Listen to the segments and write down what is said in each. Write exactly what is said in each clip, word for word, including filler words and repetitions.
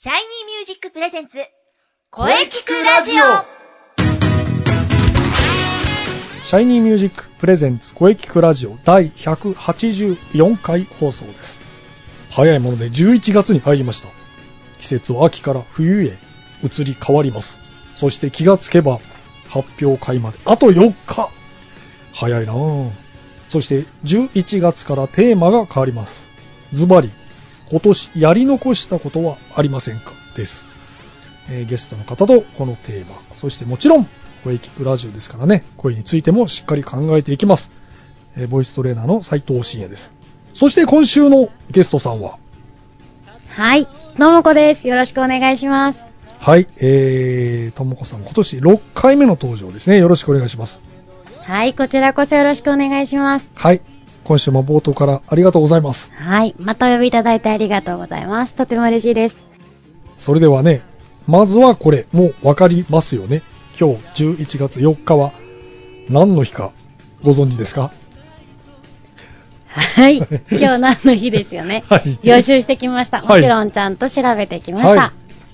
シャイニーミュージックプレゼンツ声聞くラジオ。 シャイニーミュージックプレゼンツ声聞くラジオだいひゃくはちじゅうよんかい放送です。早いものでじゅういちがつに入りました。季節は秋から冬へ移り変わります。そして気がつけば発表会まであとよっか。早いなぁ。そしてじゅういちがつからテーマが変わります。ズバリ今年やり残したことはありませんかです、えー、ゲストの方とこのテーマ、そしてもちろん声聞くラジオですからね、声についてもしっかり考えていきます、えー、ボイストレーナーの斉藤慎也です。そして今週のゲストさんは、 はい、ともこです。よろしくお願いします。 はい、えー、ともこさん今年ろっかいめの登場ですね。よろしくお願いします。 はい、こちらこそよろしくお願いします。 はい、今週も冒頭からありがとうございます。 はい、またお呼びいただいてありがとうございます。とても嬉しいです。 それではね、まずはこれもうわかりますよね。今日じゅういちがつよっかは何の日かご存知ですか？ はい、今日何の日ですよね。はい、予習してきました。もちろんちゃんと調べてきました。はい、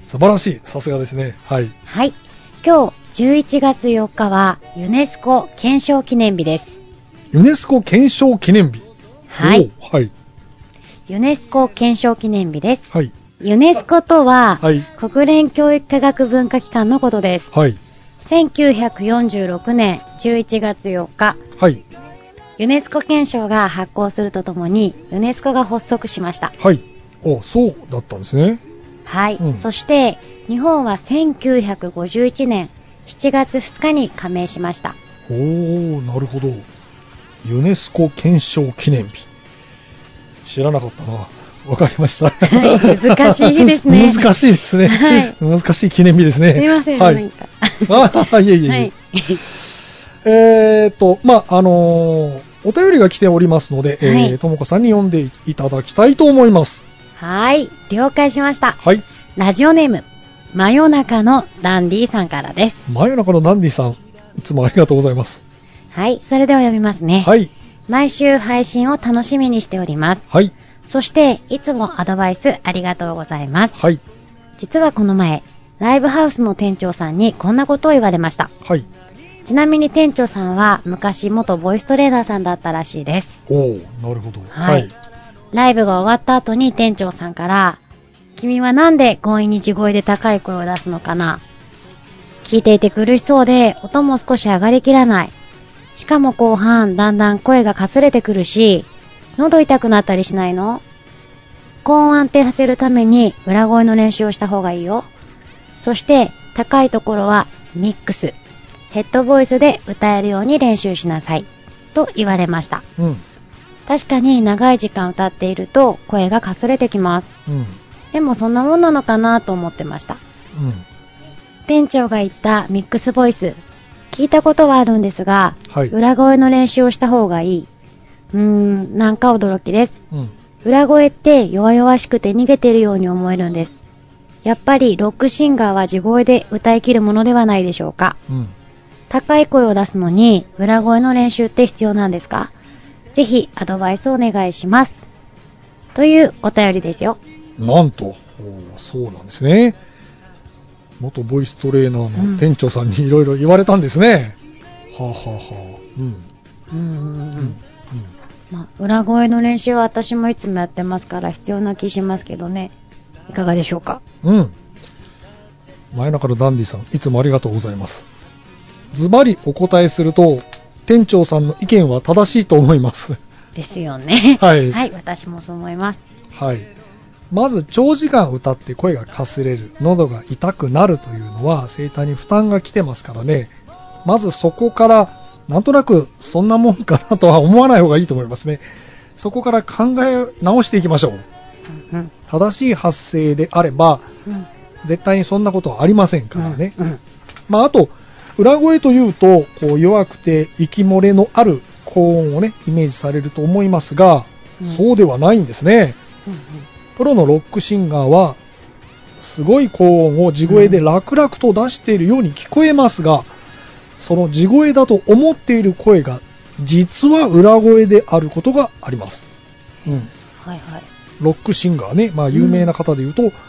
素晴らしい、さすがですね。はい。 はい、今日じゅういちがつよっかはユネスコ憲章記念日です。 ユネスコ憲章記念日。 はい。 はい。 ユネスコ憲章記念日です。 はい。 ユネスコとは、はい、国連教育科学文化機関のことです。 はい。 せんきゅうひゃくよんじゅうろくねんじゅういちがつよっか。 はい。 ユネスコ憲章が発行するとともに、ユネスコが発足しました。 はい。お、そうだったんですね。 はい。うん、そして、日本はせんきゅうひゃくごじゅういちねんしちがつふつかに加盟しました。 おー、なるほど。ユネスコ憲章記念日。知らなかったな。わかりました。 はい、難しい日ですね。 難しいですね。はい、難しい記念日ですね。 すいません、はい、なんか。 あ、いえいえいえ。はい、えーと、まあ、あのー、お便りが来ておりますので、はい、えー、ともこさんに読んでいただきたいと思います。 はい、了解しました。 はい。 ラジオネーム、真夜中のダンディさんからです。 真夜中のダンディさん、いつもありがとうございます。 はい、それでは読みますね。 はい。 毎週配信を楽しみにしております。 はい。 そして、いつもアドバイスありがとうございます。 はい。 実はこの前、ライブハウスの店長さんにこんなことを言われました。 はい。 ちなみに店長さんは昔元ボイストレーナーさんだったらしいです。 おー、なるほど。 はい。はい、ライブが終わった後に店長さんから、君はなんで強引に地声で高い声を出すのかな？聞いていて苦しそうで、音も少し上がりきらない。しかも後半、だんだん声がかすれてくるし、喉痛くなったりしないの？高音安定させるために裏声の練習をした方がいいよ。そして高いところはミックス、ヘッドボイスで歌えるように練習しなさいと言われました。うん、確かに長い時間歌っていると声がかすれてきます。うん、でもそんなもんなのかなと思ってました。うん、店長が言ったミックスボイス、聞いたことはあるんですが、はい、裏声の練習をした方がいい。うーん、なんか驚きです。うん、裏声って弱々しくて逃げているように思えるんです。やっぱりロックシンガーは地声で歌い切るものではないでしょうか。うん、高い声を出すのに裏声の練習って必要なんですか？ぜひアドバイスお願いします。というお便りですよ。 なんと、そうなんですね。元ボイストレーナーの店長さんにいろいろ言われたんですね。うん、はあ、はあはあ、うん。うんうんうん。うんまあ、裏声の練習は私もいつもやってますから必要な気しますけどね。いかがでしょうか？ うん。真夜中のダンディさん、いつもありがとうございます。ズバリお答えすると、店長さんの意見は正しいと思います。 ですよね。 はい。 はい、私もそう思います。 はい。まず長時間歌って声がかすれる、喉が痛くなるというのは声帯に負担が来てますからね。まずそこからなんとなくそんなもんかなとは思わない方がいいと思いますね。そこから考え直していきましょう。うんうん、正しい発声であれば、うん、絶対にそんなことはありませんからね。うんうん、まああと裏声というとこう弱くて息漏れのある高音をねイメージされると思いますが、うん、そうではないんですね。うんうん、プロのロックシンガーはすごい高音を地声で楽々と出しているように聞こえますが、その地声だと思っている声が実は裏声であることがあります。うん。はいはい。ロックシンガーね、まあ有名な方で言うと、うん、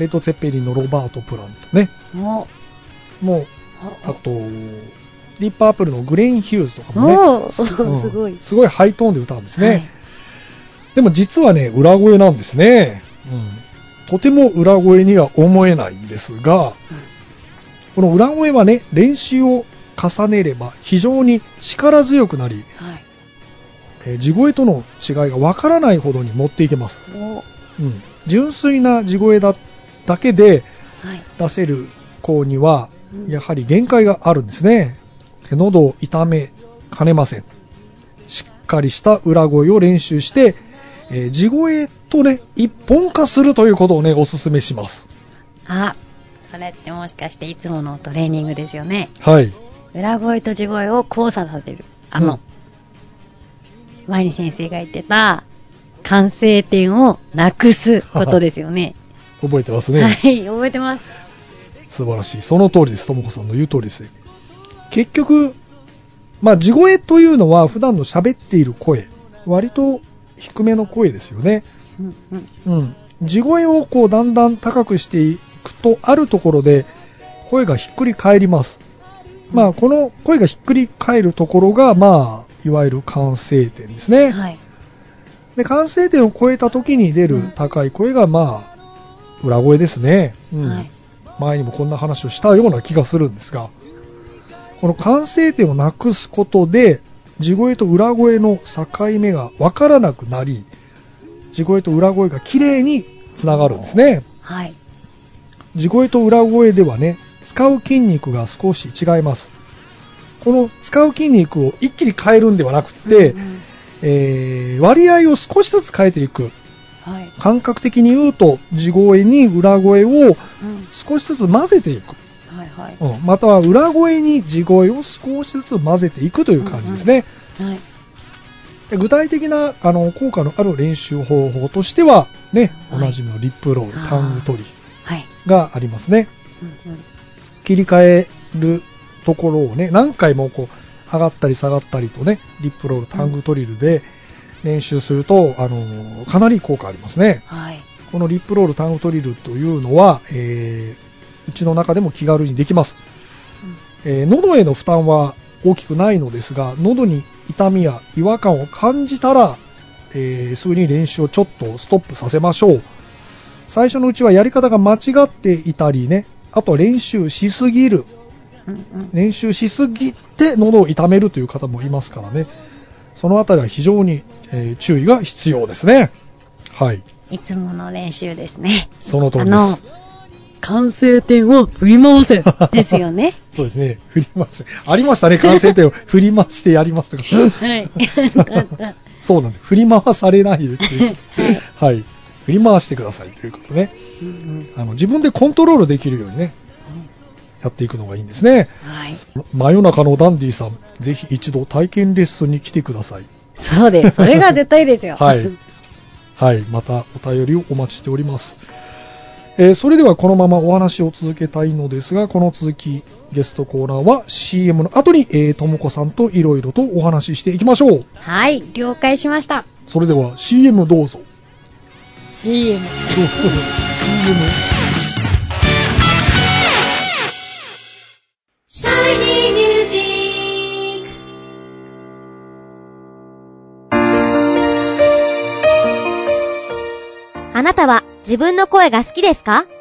レッド・ツェッペリンのロバート・プラントね。 おもう、あと、ディープ・パープルのグレイン・ヒューズとかもね、 おす,、うん、 すごい。 すごいハイトーンで歌うんですね。 はい、 でも実はね、裏声なんですね。うん、とても裏声には思えないんですが、うん、この裏声はね、練習を重ねれば非常に力強くなり、はい、えー、地声との違いがわからないほどに持っていけます。うん、純粋な地声だだけで出せる子にはやはり限界があるんですね。喉を痛めかねません。しっかりした裏声を練習して、えー、地声とね一本化するということをねお勧めします。 あ、それってもしかしていつものトレーニングですよね。 はい。 裏声と地声を交差させる。あの、うん、前に先生が言ってた完成点をなくすことですよね。 覚えてますね。 はい、覚えてます。 素晴らしい。その通りです。ともこさんの言う通りです。結局、まあ地声というのは普段の喋っている声、割と低めの声ですよね。うんうんうん、地声をこうだんだん高くしていくと、あるところで声がひっくり返ります。まあこの声がひっくり返るところが、まあいわゆる完成点ですね。はい。で、完成点を超えた時に出る高い声が、まあ裏声ですね。うん。はい、前にもこんな話をしたような気がするんですが、この完成点をなくすことで地声と裏声の境目が分からなくなり、地声と裏声がきれいにつながるんですね。はい。地声と裏声ではね、使う筋肉が少し違います。この使う筋肉を一気に変えるんではなくて、うんうん、えー、割合を少しずつ変えていく。はい、感覚的に言うと地声に裏声を少しずつ混ぜていく、うん、はいはい、うん、または裏声に地声を少しずつ混ぜていくという感じですね。うんうん、はい、で具体的なあの効果のある練習方法としてはね、はい、おなじみのリップロール、タング取りがありますね。うんうん、切り替えるところをね、何回もこう上がったり下がったりとね、リップロール、タングトリルで、うん、練習すると、あのかなり効果ありますね。はい、このリップロールタングトリルというのは、えー、うちの中でも気軽にできます。うん、えー、喉への負担は大きくないのですが、喉に痛みや違和感を感じたら、えー、すぐに練習をちょっとストップさせましょう。最初のうちはやり方が間違っていたりね、あとは練習しすぎる、うんうん、練習しすぎて喉を痛めるという方もいますからね。そのあたりは非常に、えー、注意が必要ですね。はい。 いつもの練習ですね。 その通りです。 あの、完成点を振り回せですよね。 そうですね。振り回せ。ありましたね。完成点を振り回してやりますとか。はい。そうなんです。振り回されないでっていうこと、はい。はい。振り回してくださいということね。うんうん、あの自分でコントロールできるようにね。やっていくのがいいんですね。はい。真夜中のダンディさん、ぜひ一度体験レッスンに来てください。 そうです。それが絶対ですよ。 はい。はい。またお便りをお待ちしております。えー、それではこのままお話を続けたいのですが、この続きゲストコーナーは シーエム の後に、えー、ともこさんといろいろとお話ししていきましょう。 はい。了解しました。 それでは シーエム どうぞ。 シーエム。シーエム。 シャイニーミュージック。あなたは自分の声が好きですか？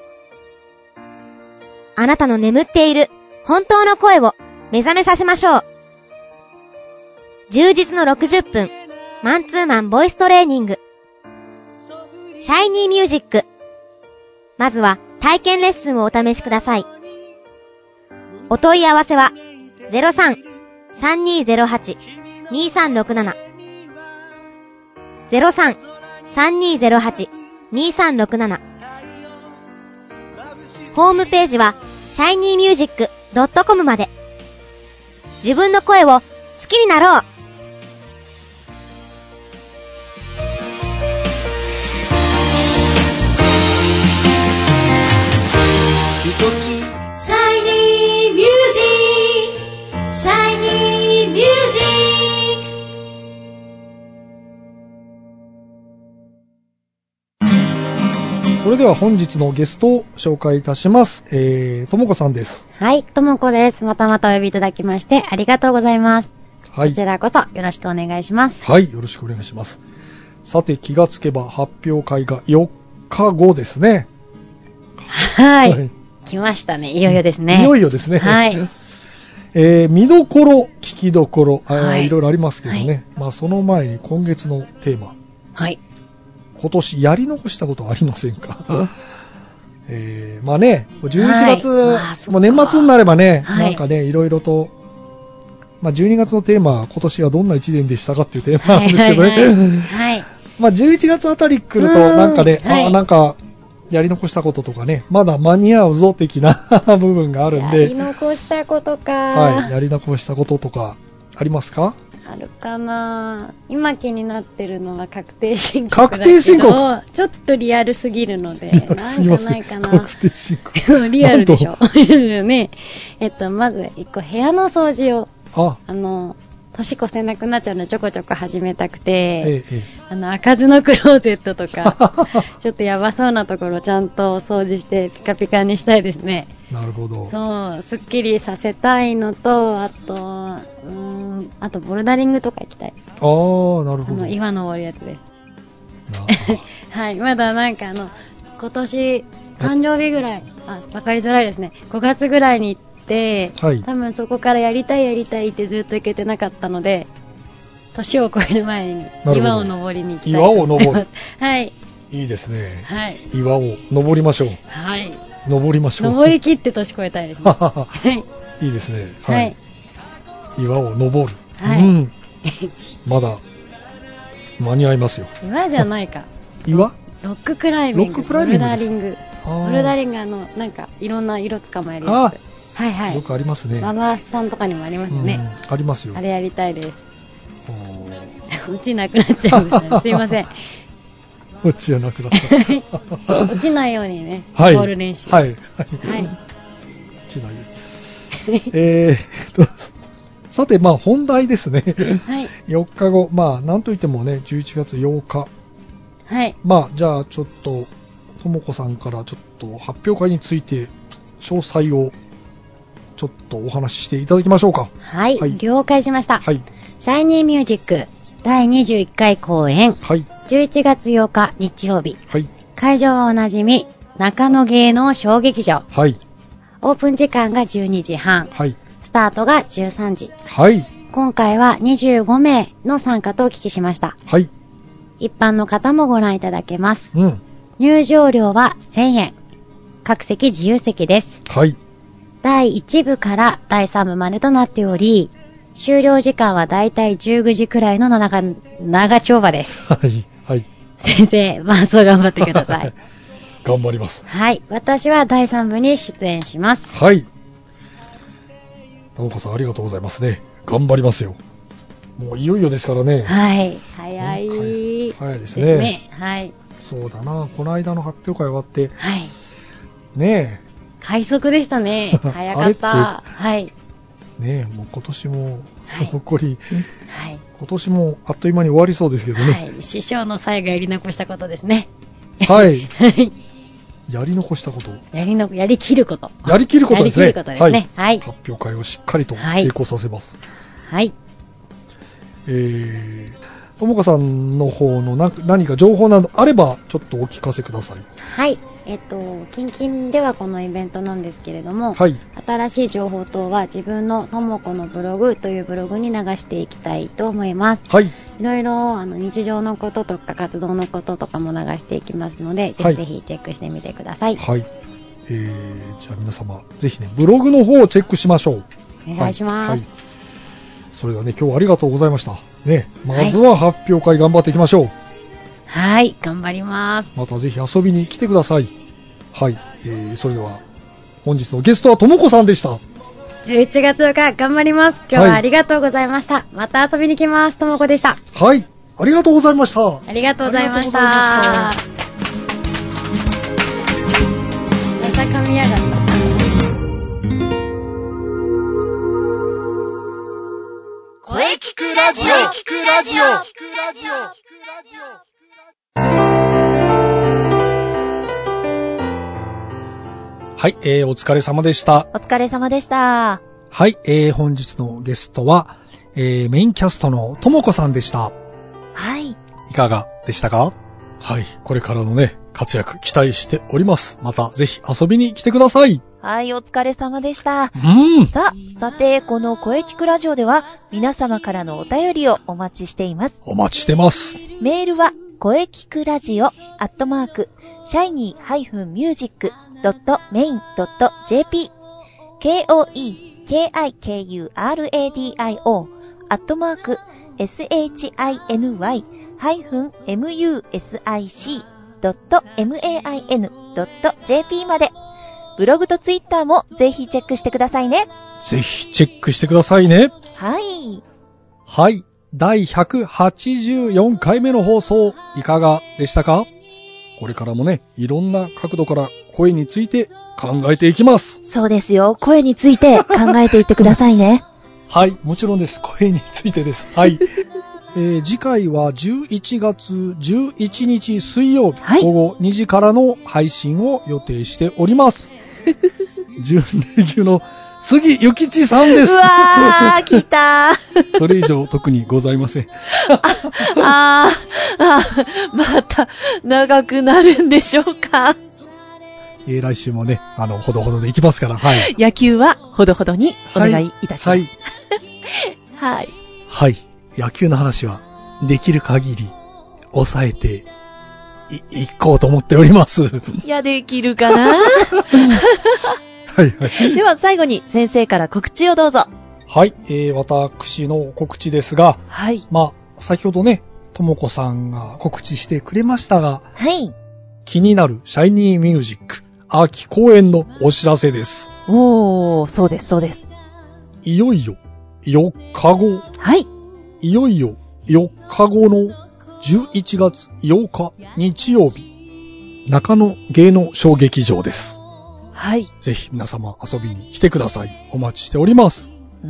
あなたの眠っている本当の声を目覚めさせましょう。充実のろくじゅっぷんマンツーマンボイストレーニング。シャイニーミュージック。まずは体験レッスンをお試しください。お問い合わせは ゼロさん さんにーゼロはち にーさんろくなな ゼロさん さんにーゼロはち にーさんろくなな ホームページは シャイニーミュージックドットコム まで。自分の声を好きになろう。シャイニーミュージック、シャイニーミュージック。それででは本日のゲストを紹介いたします。えー、ともこさんです。 はい、ともこです。またまたお呼びいただきましてありがとうございます。はい。こちらこそよろしくお願いします。 はい、よろしくお願いします。さて、気がつけば発表会がよっかごですね。 はい。はい、来ましたね。いよいよですね。 いよいよですね。 はい。 えー、見どころ、聞きどころ、はい、いろいろありますけどね。はい、まあ、その前に今月のテーマ。 はい。 今年やり残したことありませんか？えー、まあね、じゅういちがつ、はい、もう年末になればね、はい、なんかね、いろいろと、まあ、じゅうにがつのテーマは今年はどんないちねんでしたかっていうテーマなんですけどね。はいはいはい。まあ、じゅういちがつあたり来ると、なんかね、はい、あ、なんか、やり残したこととかね、まだ間に合うぞ的な部分があるんで。 やり残したことか。 はい、やり残したこととか、ありますか？ あるかな。今気になってるのは確定申告だけど、 確定申告ちょっとリアルすぎるので、なんかないかな。 確定申告。 リアルでしょ。ね。えっと、まず一個部屋の掃除を、あ, あの、年越せなくなっちゃうのでちょこちょこ始めたくて、ええ、あの、開かずのクローゼットとか、ちょっとやばそうなところちゃんと掃除してピカピカにしたいですね。 なるほど。 そう、すっきりさせたいのと、あと、うーん、あとボルダリングとか行きたい。 ああ、なるほど。 あの、岩登るやつです。はい、まだなんかあの、今年、誕生日ぐらい、あ、わかりづらいですね。ごがつぐらいに行って、はい、多分そこからやりたいやりたいってずっと行けてなかったので、年を超える前に岩を登りに行きたいと思います。 岩を登る。 はい。 いいですね。 はい。 岩を登りましょう。 はい。 登りましょう。 登り切って年越えたいですね。はい。 いいですね。はい。はい、岩を登る。 はい。うん、 まだ間に合いますよ。 岩じゃないか。 岩？ ロッククライミング。 ロッククライミング。 ボルダリング。ボルダリングあのなんかいろんな色捕まえるやつ。はいはい。 よくありますね。 ママさんとかにもありますね。 うん、ありますよ。 あれやりたいです。落ちなくなっちゃいましたね。すいません。 落ちなくなった。 落ちないようにね、はい、ボール練習。 はい。はい。はい、落ちないように。えーと、さて、まあ本題ですね。はい。よっかご、まあなんといってもね、じゅういちがつようか。 はい。 まあじゃあちょっと、ともこさんからちょっと発表会について詳細をちょっとお話ししていただきましょうか。 はい。はい、了解しました。 はい。 シャイニーミュージックだいにじゅういっかい公演。 はい。 じゅういちがつようか日曜日。 はい。 会場はおなじみ、中野芸能小劇場。 はい。 オープン時間がじゅうにじはん。 はい。 スタートがじゅうさんじ。 はい。 今回はにじゅうごめいの参加とお聞きしました。 はい。 一般の方もご覧いただけます。 うん。 入場料はせんえん。各席自由席です。 はい。 だいいちぶからだいさんぶまでとなっており、終了時間はだいたいじゅうごじくらいの長、長丁場です。 はい。はい。 先生、まあそう頑張ってください。 頑張ります。 はい。私はだいさんぶに出演します。 はい。ともこさんありがとうございますね。頑張りますよ。もういよいよですからね。 はい。早い。 早いですね。ですね。 はい。 そうだな。この間の発表会終わって。 はい。 ねえ。 快速でしたね。早かった。はい。 ねえ、もう今年も、はい、残り、はい、今年もあっという間に終わりそうですけどね。 はい。師匠の最後やり残したことですね。 はい。やり残したこと。 やりの、やりきること。 やりきることですね。 やりきることですね。はい。 発表会をしっかりと成功させます。 はい。はい、 えー、ともかさんの方のな何か情報などあれば、ちょっとお聞かせください。 はい。えっと、近々ではこのイベントなんですけれども、 はい、 新しい情報等は自分のともこのブログというブログに流していきたいと思います。 はい。 いろいろあの日常のこととか活動のこととかも流していきますので、 はい、 ぜひぜひチェックしてみてください。 はい。えー、じゃあ皆様、ぜひね、ブログの方をチェックしましょう。 お願いします。はい。はい、 それではね、今日はありがとうございました。ね、まずは発表会頑張っていきましょう。 はい、頑張ります。 またぜひ遊びに来てください。はい、えー、それでは本日のゲストはともこさんでした。 じゅういちがつようか頑張ります。今日はありがとうございました。はい、また遊びに来ます。ともこでした。 はい、ありがとうございました。ありがとうございました。また噛みやがった。 声聞くラジオ聞くラジオ聞くラジオ聞くラジオはい、えー、お疲れ様でした。 お疲れ様でした。 はい、えー、本日のゲストは、えー、メインキャストのともこさんでした。 はい。 いかがでしたか？はい、これからのね、活躍期待しております。またぜひ遊びに来てください。 はい、お疲れ様でした。 うん。 さ、さて、この声聞くラジオでは、皆様からのお便りをお待ちしています。 お待ちしてます。 メールは、声聞くラジオ、アットマーク、シャイニー ミュージック ドット メイン ドット ジェーピー、ケーオーイーケーアイケーユーアールエーディーアイオー、アットマーク、シャイニー ミュージック ドット メイン ドット ジェーピー まで、ブログとツイッターもぜひチェックしてくださいね。 ぜひチェックしてくださいね。 はい。 はい。だいひゃくはちじゅうよんかいめの放送、いかがでしたか？これからもね、いろんな角度から声について考えていきます。 そうですよ。声について考えていってくださいね。 はい、もちろんです。声についてです。はい。えー、次回はじゅういちがつじゅういちにち水曜日、はい、午後にじからの配信を予定しております。準レギュの杉ゆきちさんです。 うわー、来たー。 それ以上特にございません。 あ、あー、あー、また長くなるんでしょうか。 えー、来週もね、あの、ほどほどでいきますから、はい。 野球はほどほどにお願いいたします。はい。はい。 はい。野球の話は、できる限り、抑えて、い、いこうと思っております。 いや、できるかなはいはい。 では、最後に先生から告知をどうぞ。 はい。えー、私の告知ですが、 はい。 まあ、先ほどね、ともこさんが告知してくれましたが、 はい。 気になるシャイニーミュージック秋公演のお知らせです。 おー、そうです、そうです。 いよいよよっかご。 はい。 いよいよよっかごのじゅういちがつようか日曜日、中野芸能小劇場です。 はい。 ぜひ皆様遊びに来てください。お待ちしております。 うん、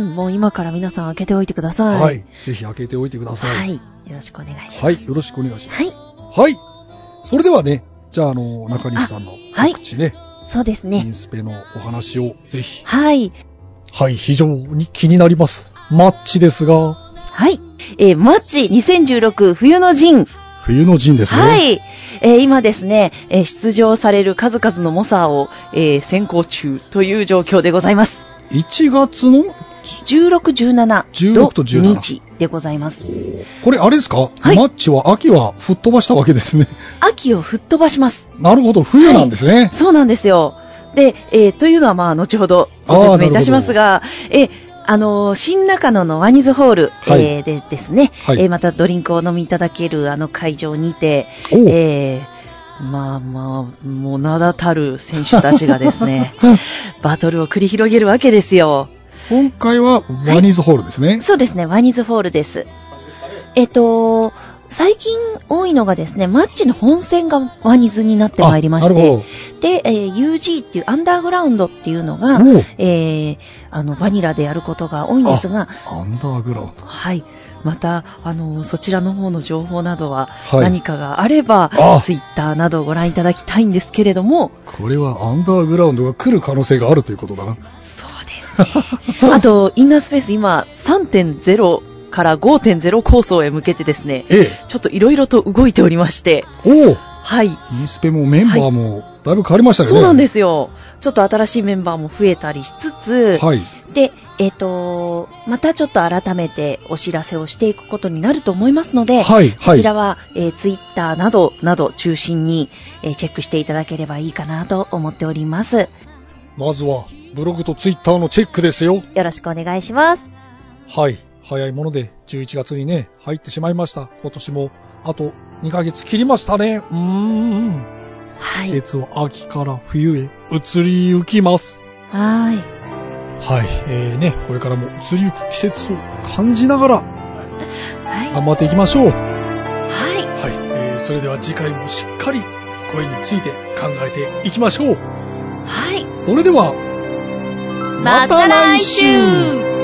もう今から皆さん開けておいてください。 はい。ぜひ開けておいてください。 はい。よろしくお願いします。 はい。よろしくお願いします。 はい。 はい。それではね、じゃあ、あの、中西さんの告知ね。 はい、そうですね。 インスペのお話をぜひ。 はい。 はい、非常に気になります。マッチですが。 はい。えー、マッチにせんじゅうろく冬の陣。 冬の陣ですね。 はい。えー、今ですね、えー、出場される数々の猛者を、えー、選考中という状況でございます。 いちがつのじゅうろく、じゅうなな。 じゅうろくとじゅうなな日でございます。 これあれですか、 はい、 マッチは秋は吹っ飛ばしたわけですね。 秋を吹っ飛ばします。 なるほど、冬なんですね。はい、 そうなんですよ。で、えー、というのはまあ後ほどご説明いたしますが、えあのー、新中野のワニズホール、はい、えー、でですね、はい、えー、またドリンクを飲みいただけるあの会場にて、えー、まあまあ、もう名だたる選手たちがですね、バトルを繰り広げるわけですよ。 今回はワニズホールですね。はい、 そうですね、ワニズホールです。えっと、最近多いのがですね、マッチの本戦がワニズになってまいりまして、で、えー、ユージー っていうアンダーグラウンドっていうのが、えー、あの、バニラでやることが多いんですが、 アンダーグラウンド。 はい。また、あの、そちらの方の情報などは、何かがあれば、はい、ツイッターなどをご覧いただきたいんですけれども、 これはアンダーグラウンドが来る可能性があるということだな。 そうですね。あと、インナースペース今、さんてんゼロ、から ごてんゼロ 構想へ向けてですね、ええ、ちょっといろいろと動いておりまして、 おはい。 インスペもメンバーもだいぶ変わりましたよね。 そうなんですよ。ちょっと新しいメンバーも増えたりしつつ、 はい、 で、えっと、またちょっと改めてお知らせをしていくことになると思いますので、はい、そちらは、えー、ツイッターなどなど中心に、えー、チェックしていただければいいかなと思っております。 まずはブログとツイッターのチェックですよ。 よろしくお願いします。 はい。早いものでじゅういちがつにね、入ってしまいました。今年もあとにかげつ切りましたね。うーん。はい。季節は秋から冬へ移りゆきます。 はい。 はい。えーね、これからも移りゆく季節を感じながら、はい。頑張っていきましょう。はい。はい。えー、それでは次回もしっかり声について考えていきましょう。 はい。 それでは、 また来週